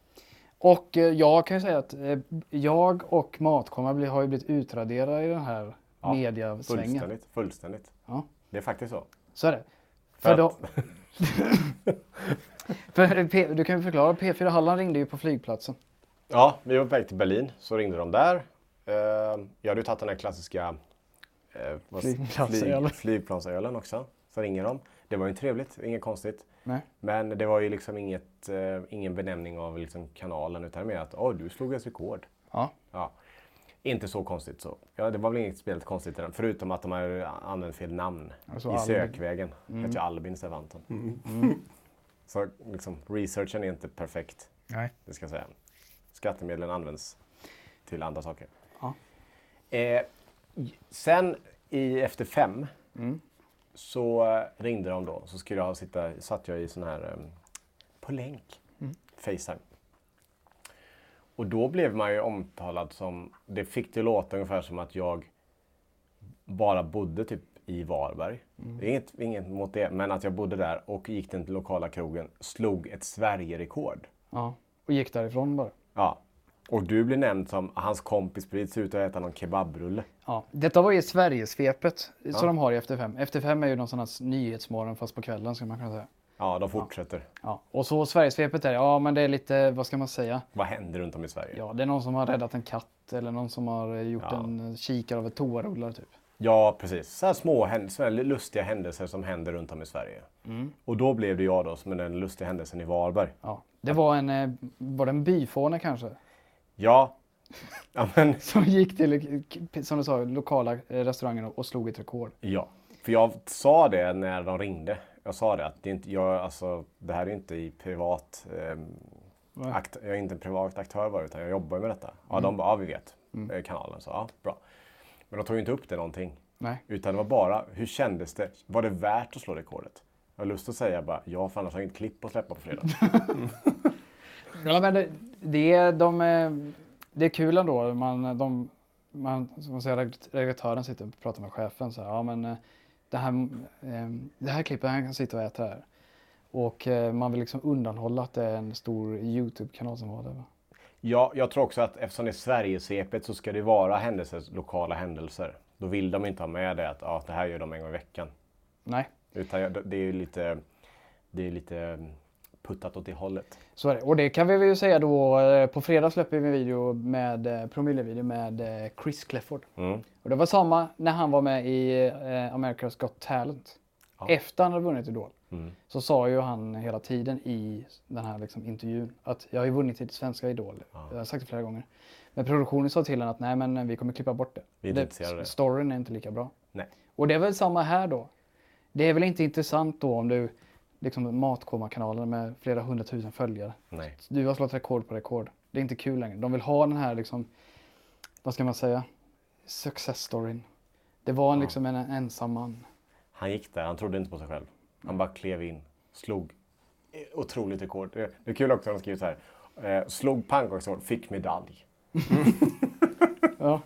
Och eh, jag kan ju säga att eh, jag och Matkomma har ju blivit utraderade i den här ja, mediasvängen. Fullständigt, fullständigt. Ja. Det är faktiskt så. Så är det. För, för då... för P... Du kan ju förklara, P fyra Halland ringde ju på flygplatsen. Ja, vi var på väg till Berlin, så ringde de där. Uh, jag hade ju tagit den här klassiska uh, Flygplansölen. Flyg, flygplansölen också. Så ringer de. Det var ju trevligt, inget konstigt. Nej. Men det var ju liksom inget, uh, ingen benämning av liksom kanalen, utan mer att åh, du slog ett rekord. Ja. Ja. Inte så konstigt så. Ja, det var väl inget spelet konstigt i den, förutom att de har använt fel namn alltså i Albin. Sökvägen. Mm. Det heter ju Albin istället för Anton. Mm. Mm. Så liksom, researchen är inte perfekt. Nej. Det ska jag säga. Skattemedlen används till andra saker. Ja. Eh, sen i efter fem mm. så ringde de då. Så skulle jag sitta, satt jag i sån här um, på länk. Mm. FaceTime. Och då blev man ju omtalad som, det fick det låta ungefär som att jag bara bodde typ i Varberg. Mm. Det är inget, inget mot det, men att jag bodde där och gick till den lokala krogen, slog ett Sverige-rekord. Ja, och gick därifrån bara. Ja, och du blir nämnd som hans kompis blir ut och äta någon kebabrulle. Ja, detta var ju Sverigesvepet ja. som de har i Efter fem. Efter fem är ju någon sån här nyhetsmorgon fast på kvällen ska man kunna säga. Ja, de fortsätter. Ja. ja. Och så Sverigesvepet är ja men det är lite, vad ska man säga? Vad händer runt om i Sverige? Ja, det är någon som har räddat en katt eller någon som har gjort ja. en kikare av ett toarullare typ. Ja, precis. Så här små så här lustiga händelser som händer runt om i Sverige. Mm. Och då blev det jag då som den lustiga händelsen i Varberg. Ja, det var en, var det en byfåne kanske? Ja. ja men... Som gick till, som du sa, lokala restaurangen och slog ett rekord. Ja, för jag sa det när de ringde. Jag sa det att det, är inte, jag, alltså, det här är inte i privat... Eh, akt, jag är inte en privat aktör bara, utan jag jobbar med detta. Ja, mm. de bara, ja vi vet. Mm. Kanalen, så ja, bra. Men de tog ju inte upp det någonting. Nej. Utan det var bara, hur kändes det? Var det värt att slå rekordet? Jag har lust att säga bara, ja för annars har jag inget klipp att släppa på fredag. ja men det, det, de, det är kul ändå. Man, de, man, som man säger, redaktören sitter och pratar med chefen. Så här, ja men det här, det här klippet, han kan sitta och äta här. Och man vill liksom undanhålla att det är en stor YouTube-kanal som har det. Va? Ja, jag tror också att eftersom det är Sverigesvepet så ska det vara händelser, lokala händelser. Då vill de inte ha med det att ja, det här gör de en gång i veckan. Nej. Utan det är ju lite, det är lite puttat åt det hållet. Så är det. Och det kan vi väl säga då, på fredag släpper vi en video med, promillevideo med Chris Clefford. Mm. Och det var samma när han var med i America's Got Talent. Ja. Efter han hade vunnit Idol. Mm. Så sa ju han hela tiden i den här liksom intervjun att jag har ju vunnit i svenska Idol. Ja. Jag har sagt det flera gånger. Men produktionen sa till honom att nej men vi kommer klippa bort det. Vi det, det. Storyn är inte lika bra. Nej. Och det är väl samma här då. Det är väl inte intressant då om du liksom Matkoma-kanalen med flera hundratusen följare. Nej. Du har slått rekord på rekord. Det är inte kul längre. De vill ha den här liksom, vad ska man säga, success storyn. Det var en, ja. liksom en ensam man. Han gick där, han trodde inte på sig själv. Han bara klev in, slog otroligt rekord. Det är kul också att de skriver så här. Eh, slog pannkaksrekord, fick medalj. ja.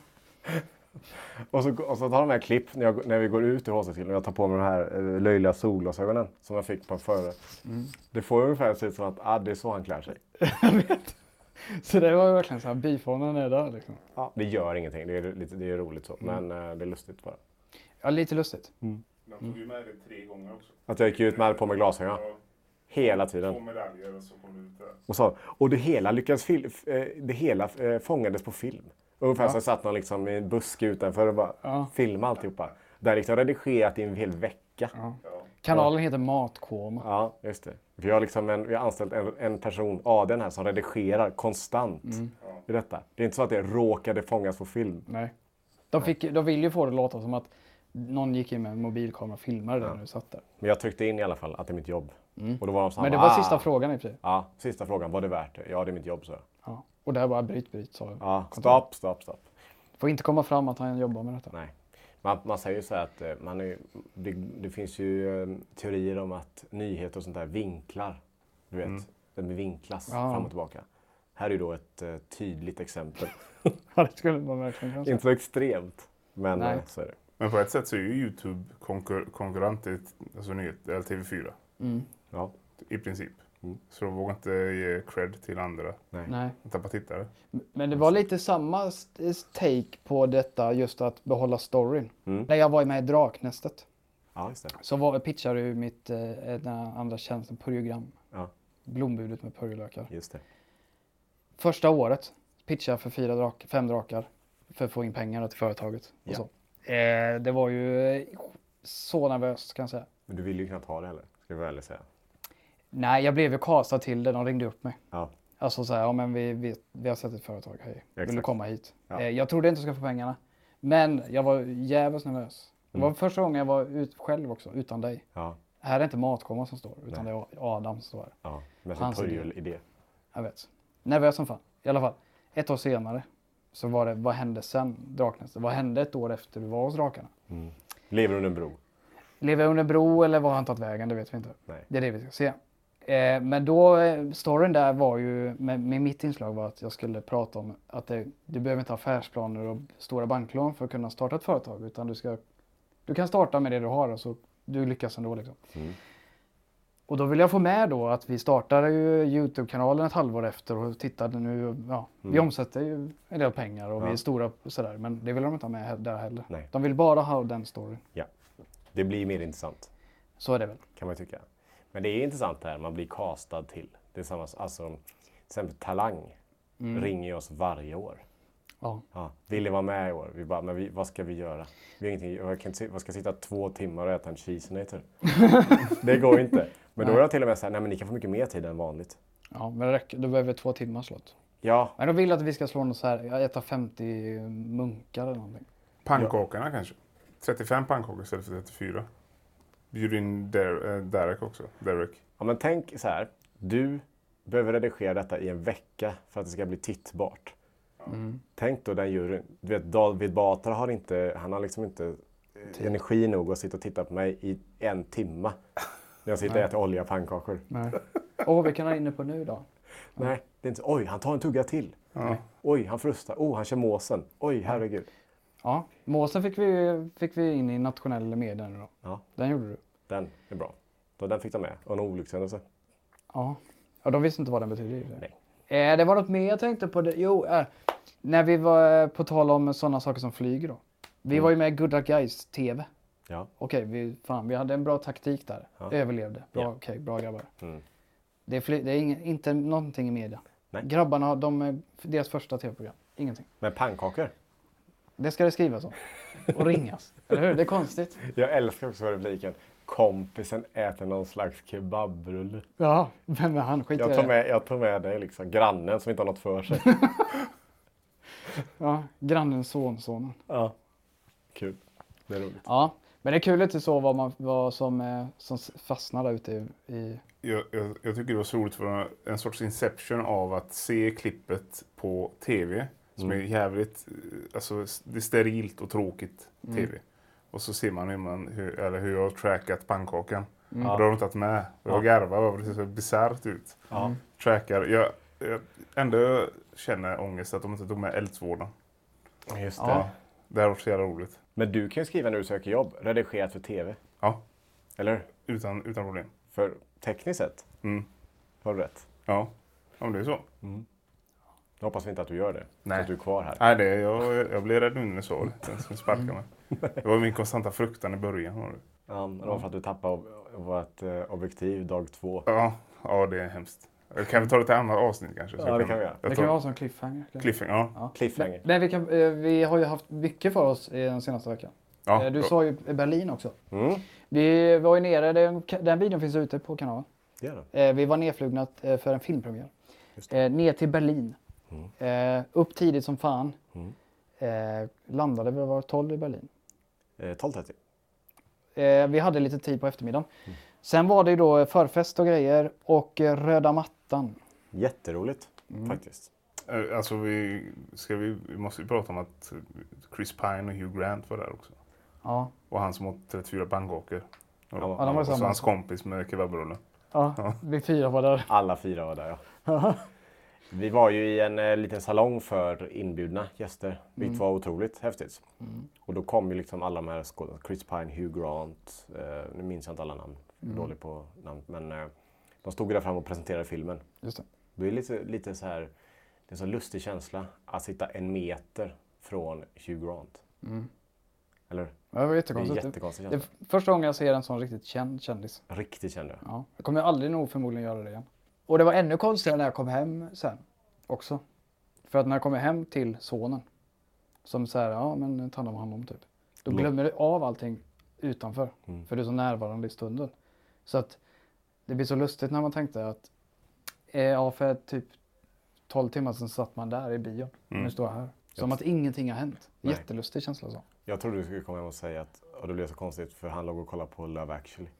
Och så, och så tar de här klipp när, jag, när vi går ut i H C till och jag tar på mig de här eh, löjliga solglasögonen som jag fick på förra. Mm. Det får ungefär se ut som att ah, det är så han klär sig. Jag vet. Så det var ju verkligen så här, bifånen är där liksom. Ja, det gör ingenting, det är, lite, det är roligt så. Mm. Men eh, det är lustigt bara. Ja, lite lustigt. Mm. Man tog ju med det tre gånger också. Att jag gick ut med på med glasögon. Ja. Hela tiden. Två medaljer och så kom det ut där. Och, så, och det hela lyckades fil- det hela eh, fångades på film. Ungefär ja. så satt någon liksom i en buske utanför och bara ja. filma alltihopa. Där liksom redigerat i en hel vecka. Ja. Kanalen ja. heter Matkoma. Ja, just det. Vi har, liksom en, vi har anställt en, en person, ja, den här, som redigerar konstant mm. i detta. Det är inte så att det råkade fångas på film. Nej. De, fick, de vill ju få det att låta som att någon gick in med en mobilkamera och filmade det ja. när du satt där. Men jag tryckte in i alla fall att det är mitt jobb. Mm. Och då var de så här, men det var ah. sista frågan i och för sig. Ja, sista frågan. Var det värt det? Ja, det är mitt jobb, så. Ja. Och där bara bryt, bryt, sa jag. Ja, stopp, stopp, stopp. Får inte komma fram att han jobbar med detta. Nej. Man, man säger ju så här att man är, det, det finns ju um, teorier om att nyheter och sånt där vinklar. Du vet, mm. de vinklas ja. fram och tillbaka. Här är då ett uh, tydligt exempel. Ja, det skulle man verkligen kunna säga. Inte så extremt, men uh, så är det. Men på ett sätt så är ju YouTube konkur- konkurrent till alltså nyhet, eller T V fyra. Mm. Ja. I princip. Mm. Så de vågar inte ge cred till andra. Nej. Nej. Tappa tittare. Men det var lite samma take på detta, just att behålla storyn. Mm. När jag var med i Draknästet. Ja, just det. Så var, pitchade ju mitt eh, den andra tjänsten, Purjogram. Ja. Blombudet med purjolökar. Just det. Första året pitchade jag för fyra drak, fem drakar för att få in pengar till företaget. Ja. Och så. Eh, det var ju så nervöst kan jag säga. Men du ville ju knappt ha det heller, ska jag väl säga. Nej, jag blev ju castad till det. De ringde upp mig. Ja. Alltså så här, ja men vi, vi, vi har sett ett företag, hej. Vill Exakt. du komma hit? Ja. Eh, jag trodde inte jag skulle få pengarna. Men jag var jävligt nervös. Det var Mm. första gången jag var ut själv också, utan dig. Ja. Här är det inte Matkomma som står, utan Nej. det är Adam som står här. Ja, med sin Hans idé. purjolidé. Jag vet. Nervös som fan. I alla fall. Ett år senare så var det, vad hände sen Draknästet? Vad hände ett år efter du var hos drakarna? Mm. Lever under en bro. Lever jag under bro eller var han tagit vägen? Det vet vi inte. Nej. Det är det vi ska se. Eh, men då, eh, storyn där var ju, med, med mitt inslag var att jag skulle prata om att det, du behöver inte ha affärsplaner och stora banklån för att kunna starta ett företag. Utan du, ska, du kan starta med det du har och så du lyckas ändå liksom. Mm. Och då vill jag få med då att vi startade ju YouTube-kanalen ett halvår efter och tittade nu, ja, Mm. vi omsätter ju en del pengar och Ja. vi är stora och sådär. Men det vill de inte ha med här- där heller. Nej. De vill bara ha den storyn. Ja. Det blir mer intressant, Så är det väl. kan man tycka. Men det är intressant det här, man blir castad till. Det är samma, alltså, till exempel Talang Mm. ringer oss varje år. Ja. Ja, vill ni vara med i år? Vi bara, men vi, vad ska vi göra? Vi har ingenting, jag kan inte, vad ska sitta två timmar och äta en cheesenator? Det går inte. Men då är jag till och med så här, nej men ni kan få mycket mer tid än vanligt. Ja, men det räcker. Då behöver vi två timmar slott. Ja, Men de vill att vi ska slå något så här, jag äta femtio munkar eller någonting. Pannkakorna kanske. trettiofem pannkakor istället för trettiofyra. Bjud in Der, äh, Derek också. Derek. ja men tänk så här, du behöver redigera detta i en vecka för att det ska bli tittbart. Mm. Tänk då den juryn. Du vet, David Batra har inte, han har liksom inte eh, energi nog att sitta och titta på mig i en timma. När jag sitter och äter olja pannkakor. Nej. Åh, vi kan ha inne på nu då. Nej, det är inte så. Oj, han tar en tugga till. Ja. Oj, han frustar. Oh, han kör måsen. Oj, herregud. Ja, måsen fick vi, fick vi in i nationell media nu då. Ja, Den gjorde du. den är bra. Så den fick de med. Och en olyckshändelse. Ja. Ja, de visste inte vad den betyder. i och för sig. Nej. Eh, det var något mer jag tänkte på. Det. Jo, eh, när vi var på tal om sådana saker som flyger då. Vi Mm. var ju med i Good Luck Guys T V. Ja. Okej, vi, fan, vi hade en bra taktik där. Ja. Överlevde. Bra, Ja. okej, bra grabbar. Mm. Det är, fly, det är ing, inte någonting i media. Nej. Grabbarna, de är deras första tv-program. Ingenting. Men pannkakor. Det ska det skrivas om. Och ringas. Eller hur? Det är konstigt. Jag älskar också repliken. Kompisen äter någon slags kebabrulle. Ja, vem är han? Skit i Jag tar det. med, jag tar med dig liksom. Grannen som inte har något för sig. Ja, grannens sonsonen. Ja. Kul. Det är roligt. Ja, men det är kul lite så vad, man, vad som, eh, som fastnar där ute i... i Jag, jag, jag tycker det var så roligt för en sorts inception av att se klippet på tv. Som Mm. är jävligt, eh, alltså det är sterilt och tråkigt Mm. tv. Och så ser man hur, man, hur, eller hur jag har trackat pannkakan. Mm. Och då har de tagit med. Och jag Ja. garvar över det, det ser så bisarrt ut. Ja. Trackar. Jag, jag ändå känner ångest att de inte tog med eldsvården. Just det. Ja. Det här var så jävla roligt. Men du kan ju skriva när du söker jobb. Redigerat för tv. Ja, Eller hur? utan, utan problem. För tekniskt sett Mm. har du rätt. Ja, ja men det är så. Jag hoppas vi inte att du gör det. Nej. Så att du är kvar här. Nej, det, jag, jag blev rädd nu när du sa det. Den skulle sparka mig. Det var min konstanta fruktan i början. Har du. Ja, men det var för att du tappade ob- vårt eh, objektiv dag två. Ja, ja, det är hemskt. Kan vi ta det till andra avsnitt kanske? Så Ja, jag det kan vi göra. jag det tar- kan vara som cliffhanger. Cliffhanger, ja. Ja. Cliffhanger. Nej, vi, kan, eh, vi har ju haft mycket för oss i den senaste veckan. ja. Eh, Du ja. sa ju Berlin också. Mm. Vi var ju nere, den, den videon finns ute på kanalen. Det gör det. Eh, Vi var nedflugna eh, för en filmpremiär. Just det. Eh, ner till Berlin. Mm. Eh, upp tidigt som fan. Mm. Eh, landade vi var tolv i Berlin. Eh, tolv trettio. Eh, vi hade lite tid på eftermiddagen. Sen var det ju då förfest och grejer och eh, röda mattan. Jätteroligt Mm. faktiskt. Eh, Alltså vi, ska vi, vi måste ju prata om att Chris Pine och Hugh Grant var där också. Ja, Och han som åt trettiofyra pannkakor. Och, Ja, ja de var och så samma. hans kompis med kebabrulle. Ja, vi fyra var där. Alla fyra var där ja. Vi var ju i en eh, liten salong för inbjudna gäster. Vilket var otroligt häftigt. Och då kom ju liksom alla de här skådespelarna. Chris Pine, Hugh Grant. Eh, nu minns jag inte alla namn. Dålig på namn. Men eh, de stod ju där fram och presenterade filmen. Just det. Det är lite, lite så här. Det är en så lustig känsla att sitta en meter från Hugh Grant. Mm. Eller? Ja, det var jättekonstigt. Det är jättekonstigt. Det är första gången jag ser en sån riktigt känd kändis. Riktigt känd, ja. Jag kommer aldrig nog förmodligen göra det igen. Och det var ännu konstigare när jag kom hem sen också. För att när jag kommer hem till sonen. Som säger, ja men ta hand om honom typ. Då glömmer du av allting utanför. Mm. För du är så närvarande i stunden. Så att det blir så lustigt när man tänkte att eh, ja, för typ tolv timmar sedan satt man där i bion. Mm. Nu står jag här. Som att ingenting har hänt. Nej. Jättelustig känsla så. Jag trodde du skulle komma hem och säga att och det blev så konstigt för han låg och kollade på Love Actually.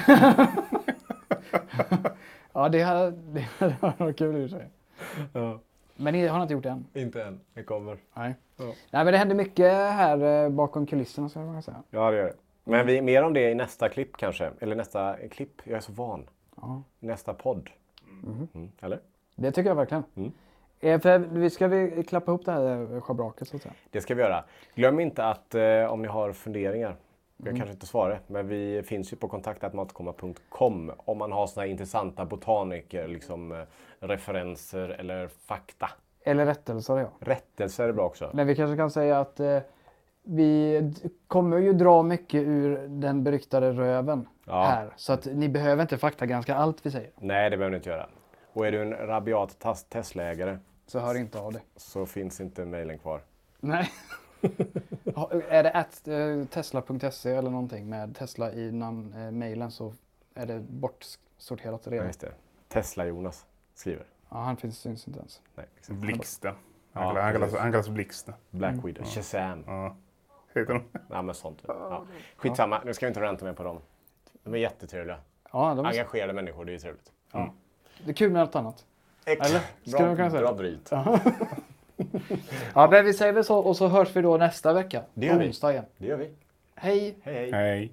Ja, det hade, det hade varit kul i sig. Ja. Men ni har inte gjort det än? Inte än, det kommer. Nej. Ja. Nej, men det händer mycket här bakom kulisserna så jag kan säga. Ja, det gör det. Men vi, mer om det i nästa klipp kanske. Eller nästa klipp, jag är så van. Ja. Nästa podd. Mm. Mm. Eller? Det tycker jag verkligen. Mm. Eh, för vi ska vi klappa ihop det här schabraket så att säga. Det ska vi göra. Glöm inte att eh, om ni har funderingar. Jag mm. kanske inte svarar, men vi finns ju på kontakt at matkomma punkt com om man har såna här intressanta botaniker, liksom eh, referenser eller fakta. Eller rättelser, ja. Rättelser är bra också. Men vi kanske kan säga att eh, vi kommer ju dra mycket ur den beryktade röven ja. här. Så att ni behöver inte faktagranska allt vi säger. Nej, det behöver ni inte göra. Och är du en rabiat Tesla-ägare så hör inte av det. Så finns inte mejlen kvar. Nej. Är det at tesla punkt se eller någonting med Tesla i namn, eh, mejlen så är det bortsorterat redan. Ja, just det. Tesla-Jonas skriver. Ja, han finns syns inte ens. Nej, Blixta. Han, ja, han, kallas, han kallas Blixta. Black mm. Widow. Ja. Shazam. Ja. Heter de? Ja, men sånt. Ja. Skitsamma, nu ska vi inte ränta mer på dem. De är jättetrevliga. Ja, de är... Engagerade människor, det är trevligt. Ja. Mm. Det är kul med allt annat. Ex- Eller? Bra, bra, bra bryt. Ja, men vi säger väl så och så hörs vi då nästa vecka. Det gör vi. Onsdag igen. Det gör vi. Hej. Hej, hej. Hej.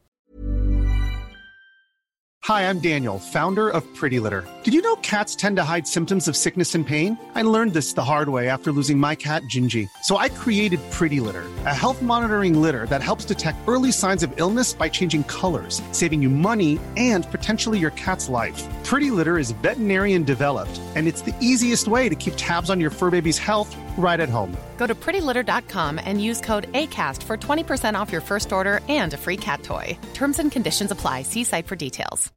Hi, I'm Daniel, founder of Pretty Litter. Did you know cats tend to hide symptoms of sickness and pain? I learned this the hard way after losing my cat, Gingy. So I created Pretty Litter, a health monitoring litter that helps detect early signs of illness by changing colors, saving you money and potentially your cat's life. Pretty Litter is veterinarian developed, and it's the easiest way to keep tabs on your fur baby's health right at home. Go to pretty litter dot com and use code ACAST for twenty percent off your first order and a free cat toy. Terms and conditions apply. See site for details.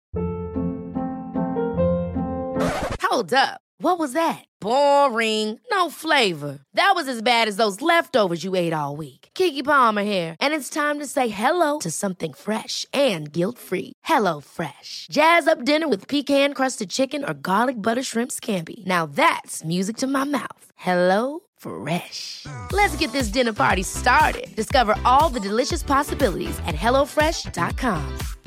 Hold up. What was that? Boring. No flavor. That was as bad as those leftovers you ate all week. Keke Palmer here, and it's time to say hello to something fresh and guilt-free. Hello Fresh. Jazz up dinner with pecan-crusted chicken or garlic butter shrimp scampi. Now that's music to my mouth. Hello Fresh. Let's get this dinner party started. Discover all the delicious possibilities at hello fresh dot com.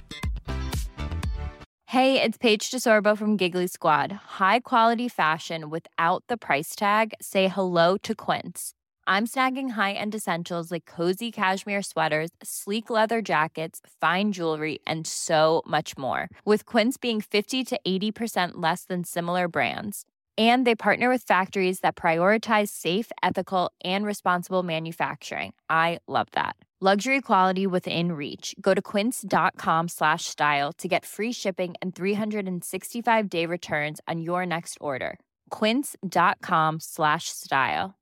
Hey, it's Paige DeSorbo from Giggly Squad. High quality fashion without the price tag. Say hello to Quince. I'm snagging high-end essentials like cozy cashmere sweaters, sleek leather jackets, fine jewelry, and so much more. With Quince being fifty to eighty percent less than similar brands. And they partner with factories that prioritize safe, ethical, and responsible manufacturing. I love that. Luxury quality within reach. Go to quince dot com slash style to get free shipping and three sixty-five day returns on your next order. quince dot com slash style.